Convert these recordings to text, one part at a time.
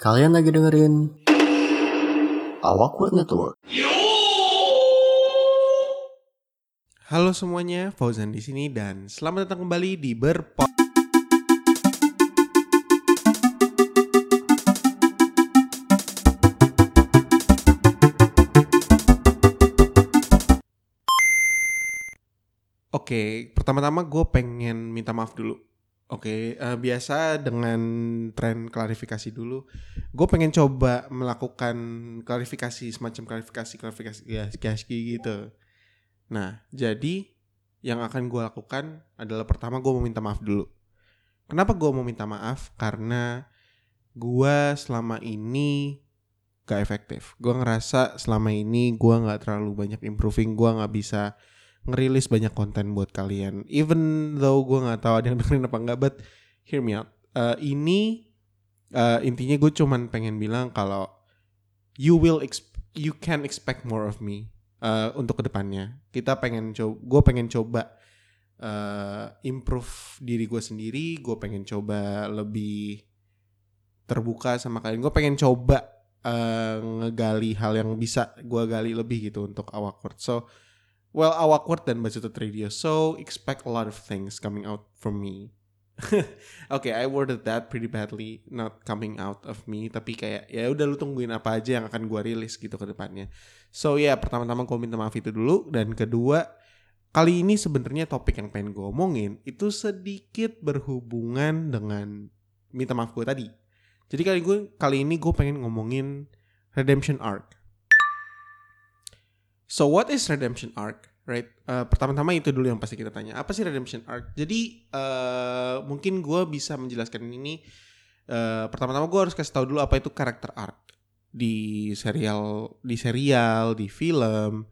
Kalian lagi dengerin Awkward Network. Halo semuanya, Fauzan di sini dan selamat datang kembali di Berpot. Oke, pertama-tama gue pengen minta maaf dulu. Biasa dengan tren klarifikasi dulu. Gue pengen coba melakukan klarifikasi, semacam klarifikasi ya gitu. Nah, jadi yang akan gue lakukan adalah pertama gue mau minta maaf dulu. Kenapa gue mau minta maaf? Karena gue selama ini gak efektif. Gue ngerasa selama ini gue gak terlalu banyak improving. Gue gak bisa ngerilis banyak konten buat kalian. Even though gue gak tahu ada yang dengerin apa enggak, but hear me out. Intinya gue cuman pengen bilang kalau you can expect more of me untuk kedepannya. Gue pengen coba improve diri gue sendiri. Gue pengen coba lebih terbuka sama kalian. Gue pengen coba ngegali hal yang bisa gue gali lebih gitu untuk Awkward. Awkward dan Bacotut Radio. So expect a lot of things coming out from me. Okay, I worded that pretty badly, not coming out of me, tapi kayak ya udah lu tungguin apa aja yang akan gue rilis gitu ke depannya. So pertama-tama gue minta maaf itu dulu, dan kedua, kali ini sebenarnya topik yang pengen gue omongin itu sedikit berhubungan dengan minta maaf gue tadi. Jadi kali ini gue pengen ngomongin redemption arc. So what is redemption arc, right? Pertama-tama itu dulu yang pasti kita tanya. Apa sih redemption arc? Jadi mungkin gue bisa menjelaskan ini. Pertama-tama gue harus kasih tahu dulu apa itu karakter arc di serial, di film,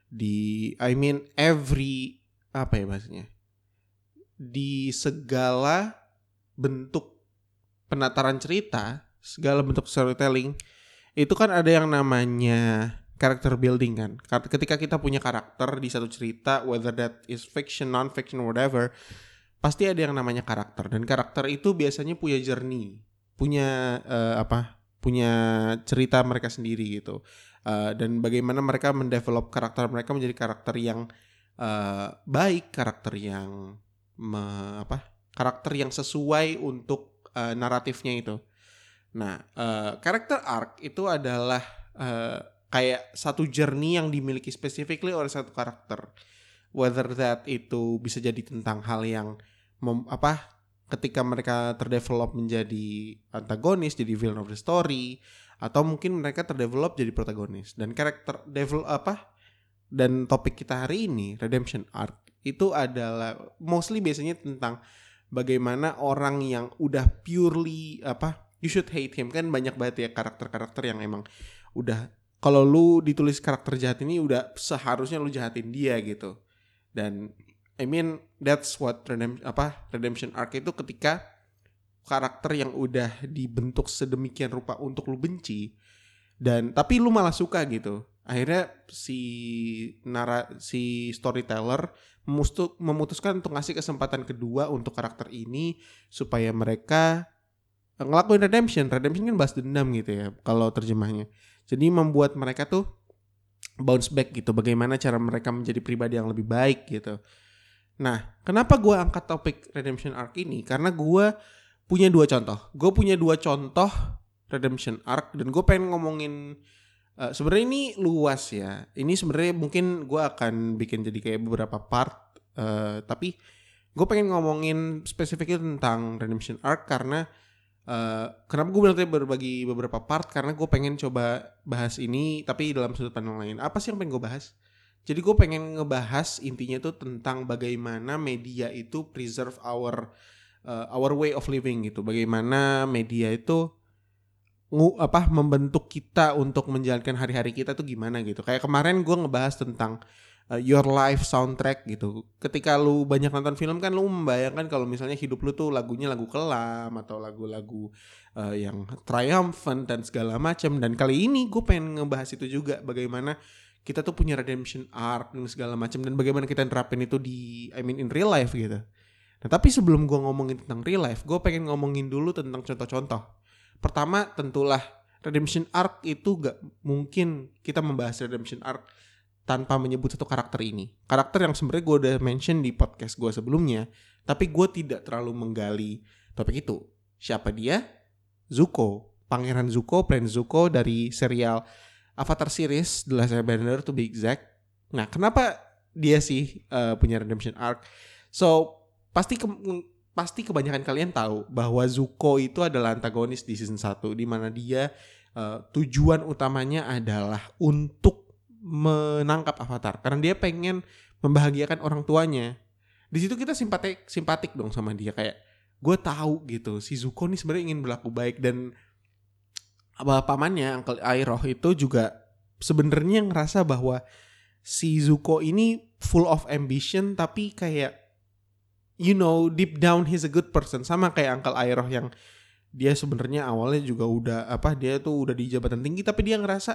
di segala bentuk penataran cerita, segala bentuk storytelling. Itu kan ada yang namanya character building kan. Ketika kita punya karakter di satu cerita, whether that is fiction, non-fiction, whatever, pasti ada yang namanya karakter. Dan karakter itu biasanya punya journey, punya cerita mereka sendiri gitu. Dan bagaimana mereka mendevelop karakter mereka menjadi karakter yang baik, karakter yang sesuai untuk naratifnya itu. Nah, karakter arc itu adalah kayak satu journey yang dimiliki specifically oleh satu karakter. Whether that itu bisa jadi tentang hal yang ketika mereka terdevelop menjadi antagonis, jadi villain of the story, atau mungkin mereka terdevelop jadi protagonis. Dan dan topik kita hari ini, redemption arc, itu adalah mostly biasanya tentang bagaimana orang yang udah purely you should hate him. Kan banyak banget ya karakter-karakter yang emang udah, kalau lu ditulis karakter jahat ini udah seharusnya lu jahatin dia gitu. Dan that's what redemption arc itu, ketika karakter yang udah dibentuk sedemikian rupa untuk lu benci, tapi lu malah suka gitu. Akhirnya si storyteller memutuskan untuk ngasih kesempatan kedua untuk karakter ini supaya mereka ngelakuin redemption kan balas dendam gitu ya kalau terjemahnya. Jadi membuat mereka tuh bounce back gitu, bagaimana cara mereka menjadi pribadi yang lebih baik gitu. Nah, kenapa gue angkat topik redemption arc ini? Karena gue punya dua contoh redemption arc, dan gue pengen ngomongin sebenarnya ini luas ya. Ini sebenarnya mungkin gue akan bikin jadi kayak beberapa part, tapi gue pengen ngomongin spesifiknya tentang redemption arc karena kenapa gue bilang tadi berbagi beberapa part, karena gue pengen coba bahas ini tapi dalam sudut pandang lain. Apa sih yang pengen gue bahas? Jadi gue pengen ngebahas intinya tuh tentang bagaimana media itu preserve our way of living gitu. Bagaimana media itu membentuk kita untuk menjalankan hari-hari kita tuh gimana gitu. Kayak kemarin gue ngebahas tentang your life soundtrack gitu. Ketika lu banyak nonton film kan lu membayangkan kalau misalnya hidup lu tuh lagunya lagu kelam atau lagu-lagu yang triumphant dan segala macam. Dan kali ini gue pengen ngebahas itu juga, bagaimana kita tuh punya redemption arc dan segala macam, dan bagaimana kita nerapin itu in real life gitu. Nah, tapi sebelum gue ngomongin tentang real life, gue pengen ngomongin dulu tentang contoh-contoh. Pertama tentulah redemption arc itu gak mungkin kita membahas redemption arc tanpa menyebut satu karakter ini. Karakter yang sebenarnya gue udah mention di podcast gue sebelumnya, tapi gue tidak terlalu menggali topik itu. Siapa dia? Zuko, Pangeran Zuko, Prince Zuko dari serial Avatar series The Last Airbender to be exact. Nah, kenapa dia sih punya redemption arc? So, pasti kebanyakan kalian tahu bahwa Zuko itu adalah antagonis di season 1, di mana dia tujuan utamanya adalah untuk menangkap Avatar karena dia pengen membahagiakan orang tuanya. Di situ kita simpatik dong sama dia, kayak gue tahu gitu si Zuko nih sebenarnya ingin berlaku baik, dan pamannya Uncle Iroh itu juga sebenarnya ngerasa bahwa si Zuko ini full of ambition, tapi kayak deep down he's a good person, sama kayak Uncle Iroh yang dia sebenarnya awalnya juga udah dia tuh udah di jabatan tinggi, tapi dia ngerasa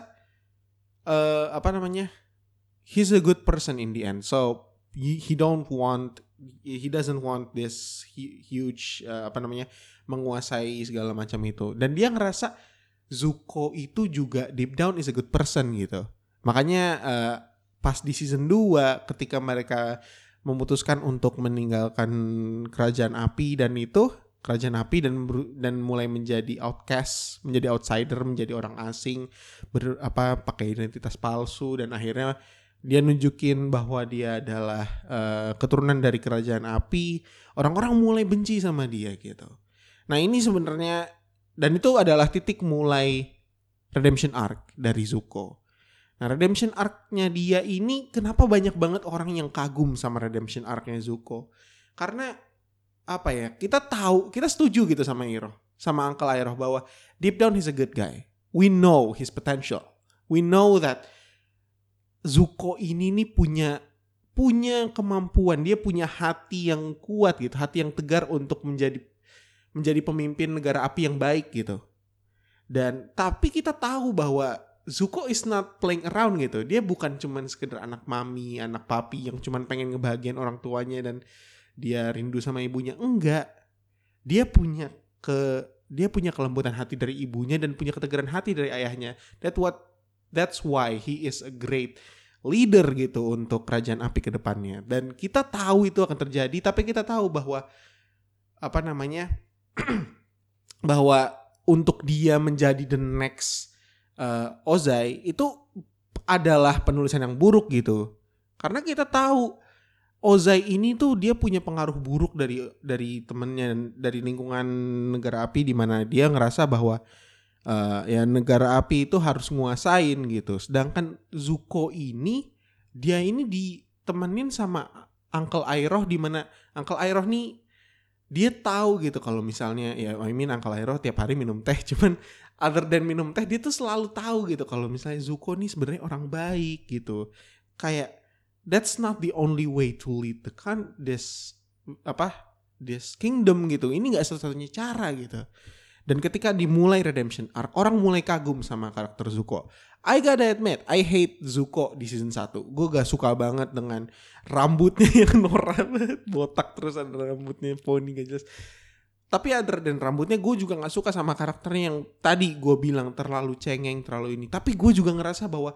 he's a good person in the end. So he doesn't want this huge menguasai segala macam itu, dan dia ngerasa Zuko itu juga deep down is a good person gitu. Makanya pas di season 2 ketika mereka memutuskan untuk meninggalkan kerajaan api dan mulai menjadi outcast, menjadi outsider, menjadi orang asing, pakai identitas palsu, dan akhirnya dia nunjukin bahwa dia adalah keturunan dari kerajaan api. Orang-orang mulai benci sama dia gitu. Nah, ini sebenarnya, dan itu adalah titik mulai redemption arc dari Zuko. Nah, redemption arc-nya dia ini kenapa banyak banget orang yang kagum sama redemption arc-nya Zuko? Karena kita setuju gitu sama Uncle Iroh bahwa deep down he's a good guy. We know his potential. We know that Zuko ini nih punya kemampuan, dia punya hati yang kuat gitu, hati yang tegar untuk menjadi pemimpin negara api yang baik gitu. Dan tapi kita tahu bahwa Zuko is not playing around gitu. Dia bukan cuman sekedar anak mami, anak papi yang cuman pengen ngebahagiain orang tuanya dan dia rindu sama ibunya. Enggak. Dia punya kelembutan hati dari ibunya dan punya ketegaran hati dari ayahnya. That's why he is a great leader gitu untuk kerajaan api ke depannya. Dan kita tahu itu akan terjadi, tapi kita tahu bahwa bahwa untuk dia menjadi the next Ozai itu adalah penulisan yang buruk gitu. Karena kita tahu Ozai ini tuh dia punya pengaruh buruk dari temennya, dari lingkungan negara api, di mana dia ngerasa bahwa negara api itu harus nguasain gitu. Sedangkan Zuko ini ditemenin sama Uncle Iroh, di mana Uncle Iroh nih dia tahu gitu kalau misalnya Uncle Iroh tiap hari minum teh, cuman other than minum teh dia tuh selalu tahu gitu kalau misalnya Zuko nih sebenarnya orang baik gitu. Kayak that's not the only way to lead this kingdom gitu. Ini enggak satu-satunya cara gitu. Dan ketika dimulai redemption arc, orang mulai kagum sama karakter Zuko. I gotta admit, I hate Zuko di season 1. Gue gak suka banget dengan rambutnya yang norak banget, botak terus ada rambutnya poni gak jelas. Tapi other than rambutnya, gue juga gak suka sama karakternya yang tadi gue bilang terlalu cengeng, terlalu ini. Tapi gue juga ngerasa bahwa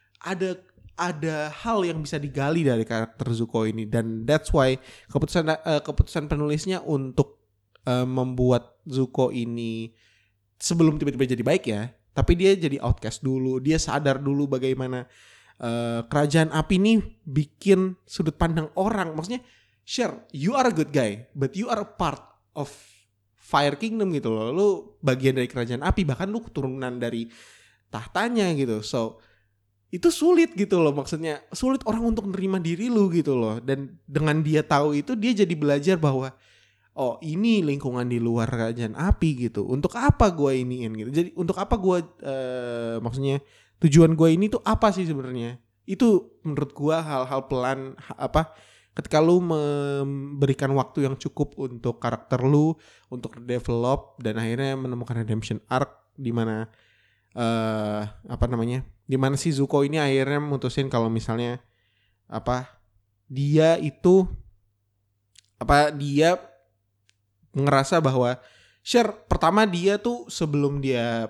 ada hal yang bisa digali dari karakter Zuko ini. Dan that's why keputusan penulisnya untuk membuat Zuko ini sebelum tiba-tiba jadi baik ya, tapi dia jadi outcast dulu. Dia sadar dulu bagaimana kerajaan api ini bikin sudut pandang orang. Maksudnya, sure, you are a good guy, but you are a part of Fire Kingdom gitu loh. Lu bagian dari kerajaan api, bahkan lu keturunan dari tahtanya gitu. So, itu sulit gitu loh, maksudnya sulit orang untuk nerima diri lu gitu loh. Dan dengan dia tahu itu, dia jadi belajar bahwa oh, ini lingkungan di luar kerajaan api gitu. Untuk apa gue iniin gitu. Jadi untuk apa gue maksudnya tujuan gue ini tuh apa sih sebenarnya? Itu menurut gue hal-hal pelan ketika lu memberikan waktu yang cukup untuk karakter lu untuk develop dan akhirnya menemukan redemption arc di mana di mana si Zuko ini akhirnya memutusin kalau misalnya dia ngerasa bahwa Pertama dia tuh sebelum dia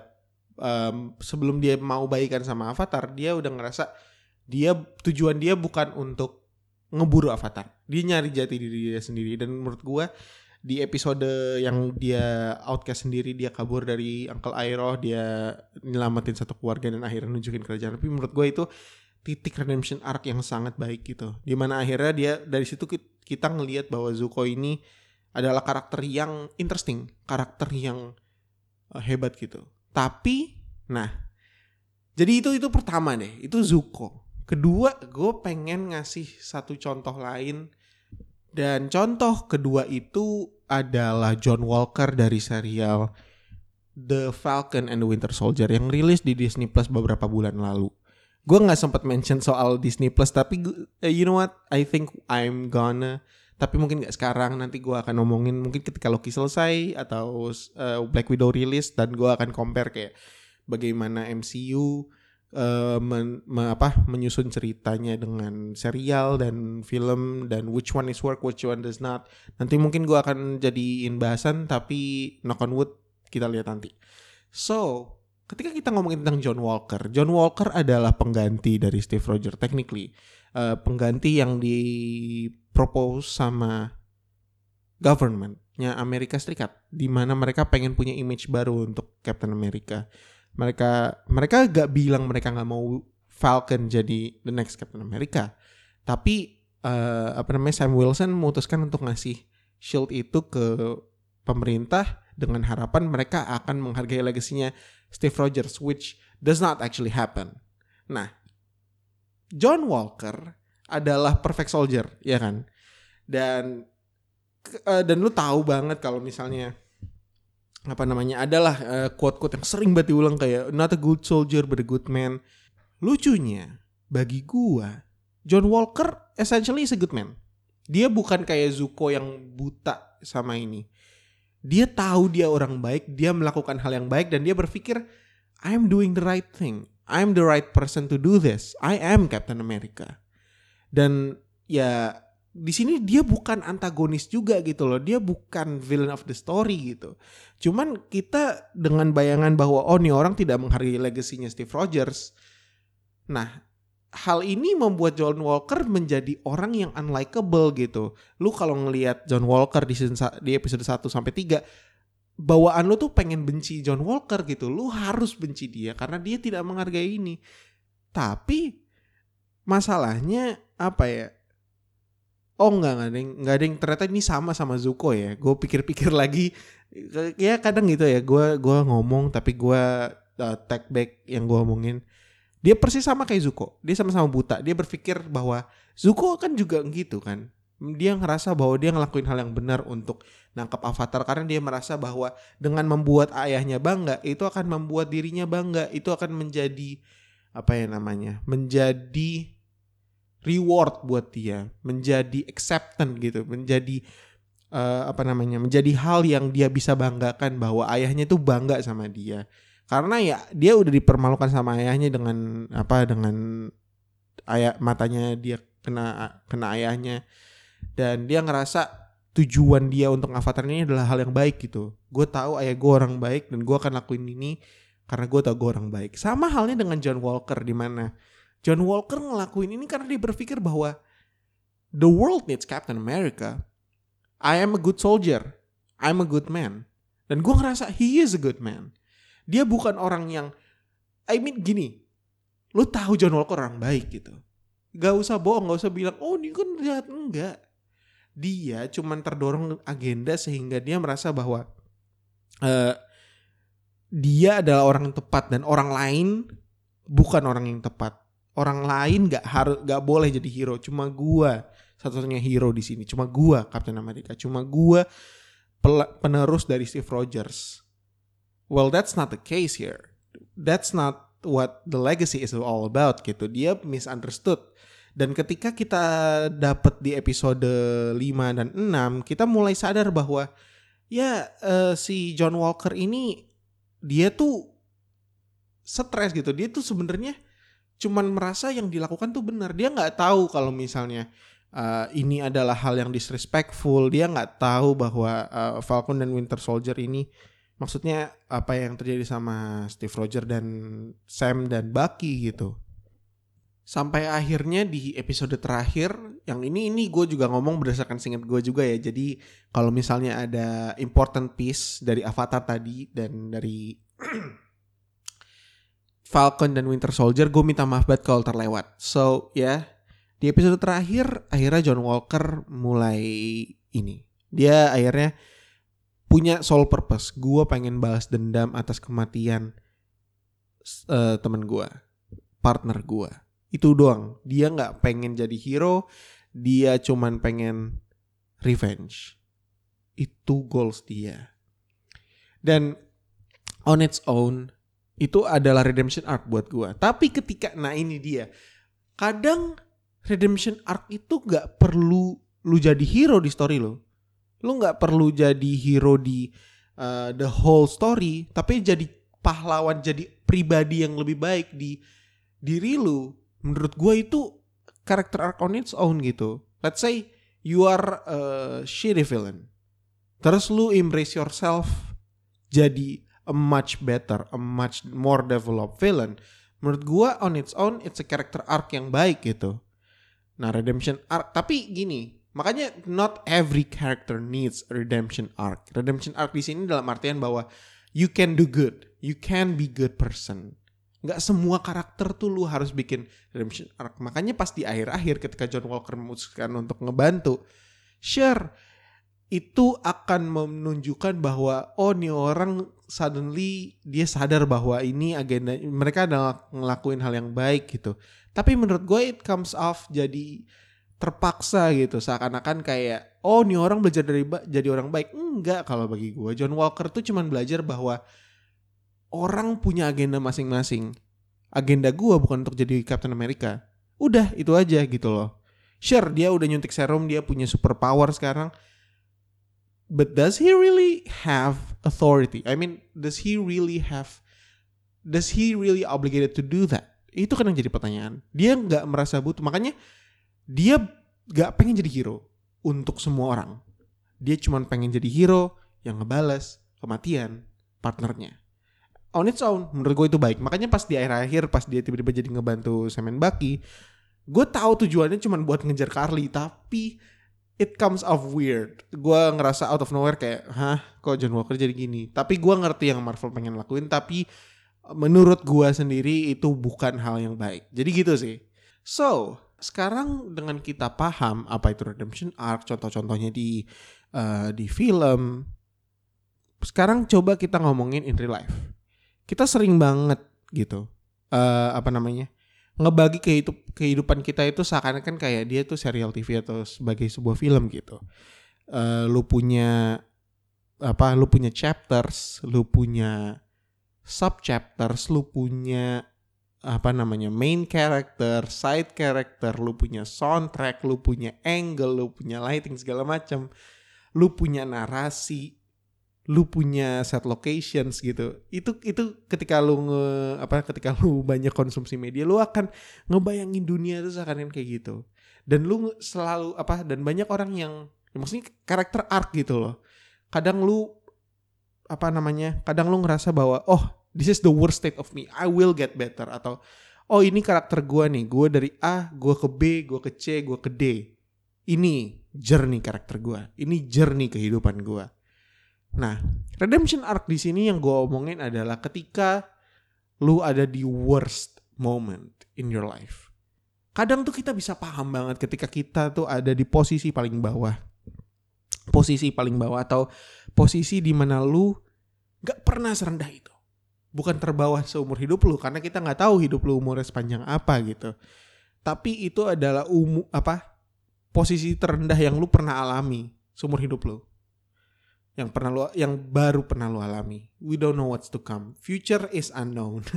mau baikan sama Avatar, dia udah ngerasa tujuan dia bukan untuk ngeburu Avatar. Dia nyari jati diri dia sendiri. Dan menurut gue di episode yang dia outcast sendiri, dia kabur dari Uncle Iroh, dia nyelamatin satu keluarga dan akhirnya nunjukin kerajaan. Tapi menurut gue itu titik redemption arc yang sangat baik gitu. Dimana akhirnya dia dari situ kita ngelihat bahwa Zuko ini adalah karakter yang interesting, karakter yang hebat gitu. Tapi, nah, jadi itu pertama deh, itu Zuko. Kedua, gue pengen ngasih satu contoh lain. Dan contoh kedua itu adalah John Walker dari serial The Falcon and the Winter Soldier yang rilis di Disney Plus beberapa bulan lalu. Gue gak sempat mention soal Disney Plus, tapi you know what, I think I'm gonna. Tapi mungkin gak sekarang, nanti gue akan ngomongin mungkin ketika Loki selesai atau Black Widow rilis, dan gue akan compare kayak bagaimana MCU menyusun ceritanya dengan serial dan film, dan which one is work, which one does not. Nanti mungkin gue akan jadiin bahasan, tapi knock on wood, kita lihat nanti. So, ketika kita ngomongin tentang John Walker adalah pengganti dari Steve Rogers, technically. Pengganti yang dipropose sama government-nya Amerika Serikat, di mana mereka pengen punya image baru untuk Captain America. Mereka gak bilang mereka gak mau Falcon jadi the next Captain America, tapi Sam Wilson memutuskan untuk ngasih shield itu ke pemerintah dengan harapan mereka akan menghargai legasinya Steve Rogers, which does not actually happen. Nah, John Walker adalah perfect soldier, ya kan? Dan lu tahu banget kalau misalnya adalah quote-quote yang sering banget diulang kayak not a good soldier but a good man. Lucunya bagi gua, John Walker essentially is a good man. Dia bukan kayak Zuko yang buta sama ini. Dia tahu dia orang baik, dia melakukan hal yang baik, dan dia berpikir I'm doing the right thing. I'm the right person to do this. I am Captain America. Dan ya di sini dia bukan antagonis juga gitu loh. Dia bukan villain of the story gitu. Cuman kita dengan bayangan bahwa nih orang tidak menghargai legasinya Steve Rogers. Nah, hal ini membuat John Walker menjadi orang yang unlikable gitu. Lu kalau ngelihat John Walker di episode 1 sampai 3, bawaan lu tuh pengen benci John Walker gitu. Lu harus benci dia karena dia tidak menghargai ini. Tapi masalahnya apa ya? Enggak ada yang ternyata ini sama Zuko ya. Gue pikir-pikir lagi, ya kadang gitu ya. Gue ngomong tapi gue take back yang gue omongin. Dia persis sama kayak Zuko. Dia sama-sama buta. Dia berpikir bahwa Zuko kan juga gitu kan. Dia ngerasa bahwa dia ngelakuin hal yang benar untuk nangkap Avatar karena dia merasa bahwa dengan membuat ayahnya bangga, itu akan membuat dirinya bangga. Itu akan menjadi menjadi reward buat dia, menjadi acceptance gitu, menjadi menjadi hal yang dia bisa banggakan bahwa ayahnya itu bangga sama dia. Karena ya dia udah dipermalukan sama ayahnya dengan matanya dia kena ayahnya. Dan dia ngerasa tujuan dia untuk Avatar ini adalah hal yang baik gitu. Gue tahu ayah gue orang baik dan gue akan lakuin ini karena gue tahu gue orang baik. Sama halnya dengan John Walker, di mana John Walker ngelakuin ini karena dia berpikir bahwa the world needs Captain America. I am a good soldier. I'm a good man. Dan gue ngerasa he is a good man. Dia bukan orang yang gini. Lu tahu John Walker orang baik gitu. Gak usah bohong, gak usah bilang ini kan jahat. Enggak. Dia cuman terdorong agenda sehingga dia merasa bahwa dia adalah orang yang tepat dan orang lain bukan orang yang tepat. Orang lain gak boleh jadi hero. Cuma gua satu-satunya hero di sini. Cuma gua Captain America. Cuma gua penerus dari Steve Rogers. Well, that's not the case here. That's not what the legacy is all about gitu. Dia misunderstood. Dan ketika kita dapat di episode 5 dan 6, kita mulai sadar bahwa si John Walker ini dia tuh stres gitu. Dia tuh sebenarnya cuman merasa yang dilakukan tuh benar. Dia nggak tahu kalau misalnya ini adalah hal yang disrespectful. Dia nggak tahu bahwa Falcon dan Winter Soldier ini maksudnya apa yang terjadi sama Steve Rogers dan Sam dan Bucky gitu. Sampai akhirnya di episode terakhir, yang ini gue juga ngomong berdasarkan seingat gue juga ya. Jadi kalau misalnya ada important piece dari Avatar tadi dan dari Falcon dan Winter Soldier, gue minta maaf banget kalau terlewat. So ya, di episode terakhir akhirnya John Walker mulai ini. Dia akhirnya punya sole purpose. Gue pengen balas dendam atas kematian teman gue, partner gue. Itu doang. Dia gak pengen jadi hero. Dia cuman pengen revenge. Itu goals dia. Dan on its own, itu adalah redemption arc buat gue. Tapi ketika, nah ini dia. Kadang redemption arc itu gak perlu lu jadi hero di story lo. Lu gak perlu jadi hero di the whole story. Tapi jadi pahlawan, jadi pribadi yang lebih baik di diri lu. Menurut gue itu character arc on its own gitu. Let's say you are a shitty villain. Terus lu embrace yourself jadi a much better, a much more developed villain. Menurut gue on its own it's a character arc yang baik gitu. Nah, redemption arc, tapi gini, makanya not every character needs a redemption arc. Redemption arc di sini dalam artian bahwa you can do good, you can be good person. Gak semua karakter tuh lu harus bikin redemption arc. Makanya pas di akhir-akhir ketika John Walker memutuskan untuk ngebantu, sure, itu akan menunjukkan bahwa nih orang suddenly dia sadar bahwa ini agenda mereka adalah ngelakuin hal yang baik gitu. Tapi menurut gue it comes off jadi terpaksa gitu, seakan-akan kayak nih orang belajar dari jadi orang baik. Enggak, kalau bagi gue John Walker tuh cuman belajar bahwa orang punya agenda masing-masing. Agenda gue bukan untuk jadi Captain America. Udah itu aja gitu loh. Sure, dia udah nyuntik serum, dia punya super power sekarang. But does he really have authority? I mean, does he really obligated to do that? Itu kan yang jadi pertanyaan. Dia gak merasa butuh. Makanya dia gak pengen jadi hero untuk semua orang. Dia cuma pengen jadi hero yang ngebales kematian partnernya. On its own, menurut gue itu baik. Makanya pas di akhir-akhir, pas dia tiba-tiba jadi ngebantu Sam and Bucky, gue tahu tujuannya cuma buat ngejar Carly. Tapi it comes off weird. Gue ngerasa out of nowhere kayak, kok John Walker jadi gini? Tapi gue ngerti yang Marvel pengen lakuin. Tapi menurut gue sendiri itu bukan hal yang baik. Jadi gitu sih. So, sekarang dengan kita paham apa itu redemption arc, contoh-contohnya di film. Sekarang coba kita ngomongin in real life. Kita sering banget gitu, ngebagi kehidupan kita itu seakan-akan kayak dia tuh serial TV atau sebagai sebuah film gitu. Lu punya chapters, lu punya sub chapters, lu punya main character, side character, lu punya soundtrack, lu punya angle, lu punya lighting segala macam, lu punya narasi, lu punya set locations gitu. Itu ketika lu ketika lu banyak konsumsi media, lu akan ngebayangin dunia itu seakan-akan kayak gitu. Dan lu selalu dan banyak orang yang maksudnya karakter arc gitu loh. Kadang lu kadang lu ngerasa bahwa this is the worst state of me, I will get better, atau ini karakter gue nih, gue dari A, gue ke B, gue ke C, gue ke D. Ini journey karakter gue, ini journey kehidupan gue. Nah, redemption arc di sini yang gue omongin adalah ketika lu ada di worst moment in your life. Kadang tuh kita bisa paham banget ketika kita tuh ada di posisi paling bawah. Posisi paling bawah atau posisi di mana lu gak pernah serendah itu. Bukan terbawah seumur hidup lu, karena kita gak tahu hidup lu umurnya sepanjang apa gitu. Tapi itu adalah posisi terendah yang lu pernah alami seumur hidup lu. Yang baru pernah lu alami. We don't know what's to come. Future is unknown.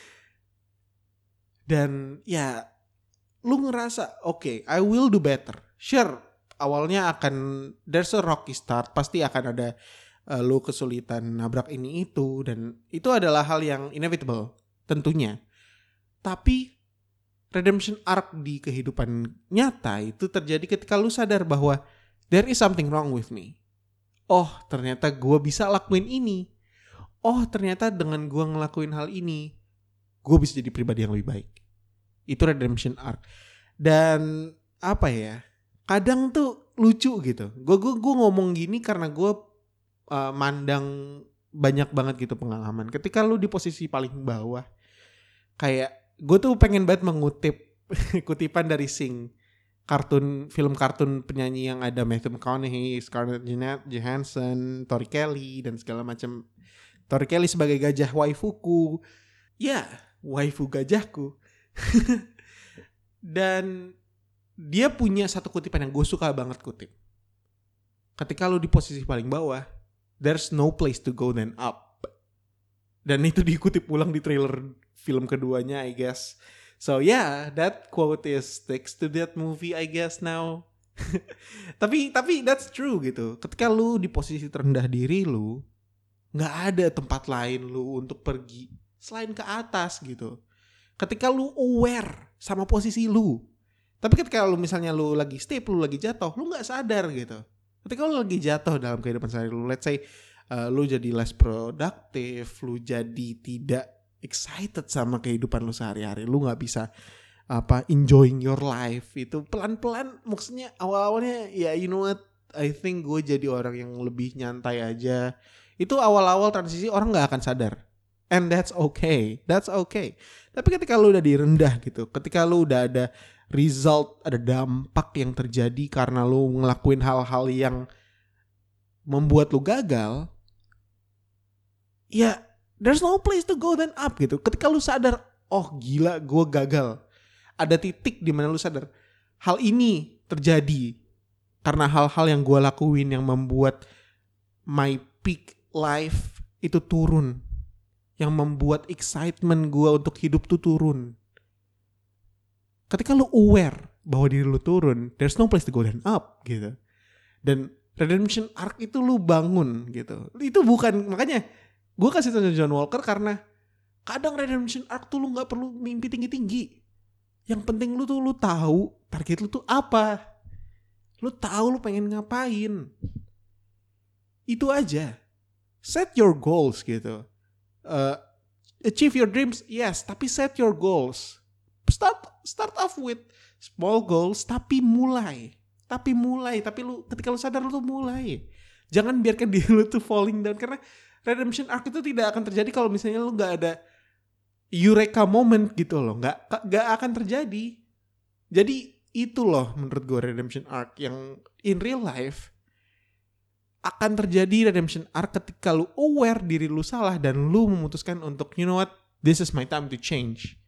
Dan ya, lu ngerasa okay, I will do better. Sure, awalnya there's a rocky start. Pasti akan ada lu kesulitan nabrak ini itu. Dan itu adalah hal yang inevitable tentunya. Tapi redemption arc di kehidupan nyata itu terjadi ketika lu sadar bahwa there is something wrong with me. Oh, ternyata gue bisa lakuin ini. Oh, ternyata dengan gue ngelakuin hal ini, gue bisa jadi pribadi yang lebih baik. Itu redemption arc. Dan apa ya? Kadang tuh lucu gitu. Gue ngomong gini karena gue mandang banyak banget gitu pengalaman. Ketika lu di posisi paling bawah, kayak gue tuh pengen banget mengutip kutipan dari Sing, film kartun penyanyi yang ada Matthew McConaughey, Scarlett Johansson, Tori Kelly dan segala macam. Tori Kelly sebagai gajah waifuku, ya waifu gajahku. Dan dia punya satu kutipan yang gue suka banget kutip. Ketika lu di posisi paling bawah, there's no place to go than up. Dan itu dikutip ulang di trailer film keduanya, I guess. So yeah, that quote sticks to that movie, I guess now. tapi that's true gitu. Ketika lu di posisi terendah diri lu, nggak ada tempat lain lu untuk pergi selain ke atas gitu. Ketika lu aware sama posisi lu, tapi ketika lu misalnya lu lagi step, lu lagi jatuh, lu nggak sadar gitu. Ketika lu lagi jatuh dalam kehidupan sehari lu, let's say lu jadi less produktif, lu jadi tidak excited sama kehidupan lu sehari-hari, lu nggak bisa enjoying your life, itu pelan-pelan, maksudnya awal-awalnya ya you know what, I think gue jadi orang yang lebih nyantai aja. Itu awal-awal transisi orang nggak akan sadar, and that's okay. Tapi ketika lu udah direndah gitu, ketika lu udah ada result, ada dampak yang terjadi karena lu ngelakuin hal-hal yang membuat lu gagal, ya there's no place to go than up gitu. Ketika lu sadar, oh gila gue gagal, ada titik di mana lu sadar hal ini terjadi karena hal-hal yang gue lakuin yang membuat my peak life itu turun, yang membuat excitement gue untuk hidup tuh turun. Ketika lu aware bahwa diri lu turun, there's no place to go than up gitu. Dan redemption arc itu lu bangun gitu. Itu bukan, makanya gue kasih tanda John Walker karena kadang redemption arc tuh lu gak perlu mimpi tinggi-tinggi. Yang penting lu tahu target lu tuh apa. Lu tahu lu pengen ngapain. Itu aja. Set your goals gitu. Achieve your dreams, yes, tapi set your goals. Start off with small goals, tapi mulai. Tapi lu ketika lu sadar lu tuh mulai. Jangan biarkan diri lu tuh falling down, karena redemption arc itu tidak akan terjadi kalau misalnya lu nggak ada eureka moment gitu loh, nggak akan terjadi. Jadi itu loh menurut gue redemption arc yang in real life akan terjadi. Redemption arc ketika lu aware diri lu salah dan lu memutuskan untuk you know what, this is my time to change.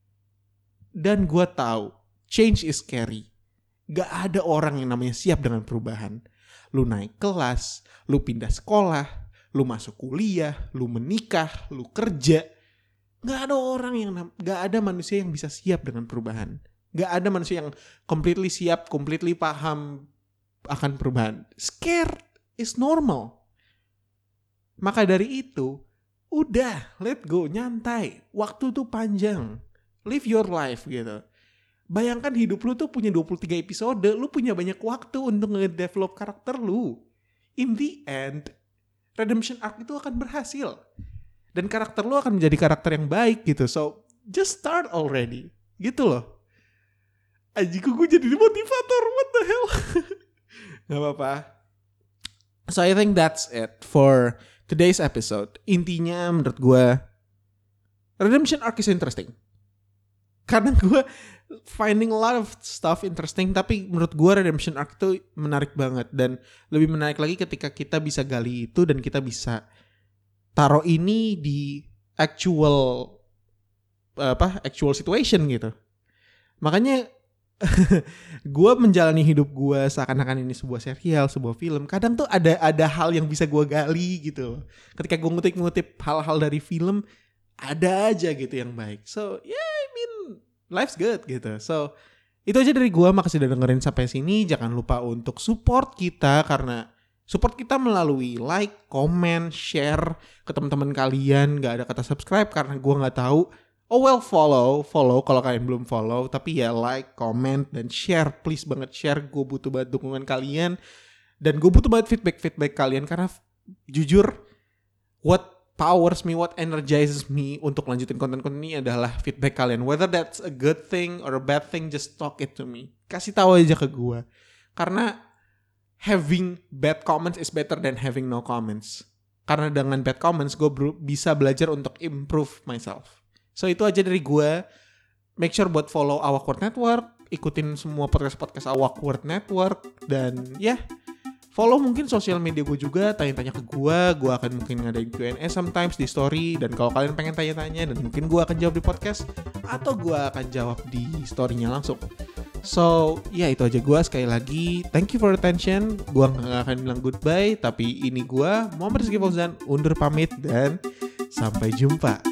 Dan gue tahu change is scary. Gak ada orang yang namanya siap dengan perubahan. Lu naik kelas, lu pindah sekolah, lu masuk kuliah, lu menikah, lu kerja. Gak ada manusia yang bisa siap dengan perubahan. Gak ada manusia yang completely siap, completely paham akan perubahan. Scared is normal. Maka dari itu, udah, let go, nyantai. Waktu tuh panjang. Live your life gitu. Bayangkan hidup lu tuh punya 23 episode, lu punya banyak waktu untuk nge-develop karakter lu. In the end, redemption arc itu akan berhasil. Dan karakter lu akan menjadi karakter yang baik gitu. So, just start already. Gitu loh. Ajiku gue jadi motivator, what the hell. Gak apa-apa. So, I think that's it for today's episode. Intinya menurut gue, redemption arc is interesting. Karena gue finding a lot of stuff interesting, tapi menurut gue redemption arc itu menarik banget. Dan lebih menarik lagi ketika kita bisa gali itu dan kita bisa taruh ini di actual situation gitu. Makanya gue menjalani hidup gue seakan-akan ini sebuah serial, sebuah film. Kadang tuh ada hal yang bisa gue gali gitu. Ketika gue ngutip hal-hal dari film, ada aja gitu yang baik. So yeah, I mean life's good gitu. So itu aja dari gue. Makasih udah dengerin sampai sini. Jangan lupa untuk support kita, karena support kita melalui like, comment, share ke teman-teman kalian. Gak ada kata subscribe karena gue gak tahu. Oh well, follow kalau kalian belum follow. Tapi ya like, comment, dan share. Please banget share. Gue butuh banget dukungan kalian. Dan gue butuh banget feedback kalian. Karena jujur, what powers me, what energizes me untuk lanjutin konten-konten ini adalah feedback kalian. Whether that's a good thing or a bad thing, just talk it to me. Kasih tahu aja ke gue. Karena having bad comments is better than having no comments. Karena dengan bad comments, gue bisa belajar untuk improve myself. So itu aja dari gue. Make sure buat follow Awak Word Network. Ikutin semua podcast-podcast Awak Word Network. Dan follow mungkin sosial media gue juga. Tanya-tanya ke gue. Gue akan mungkin ngadain Q&A sometimes di story. Dan kalau kalian pengen tanya-tanya, dan mungkin gue akan jawab di podcast. Atau gue akan jawab di story-nya langsung. So, itu aja gue. Sekali lagi, thank you for attention. Gue gak akan bilang goodbye. Tapi ini gue, Muhammad Rizky Fauzan, undur pamit. Dan sampai jumpa.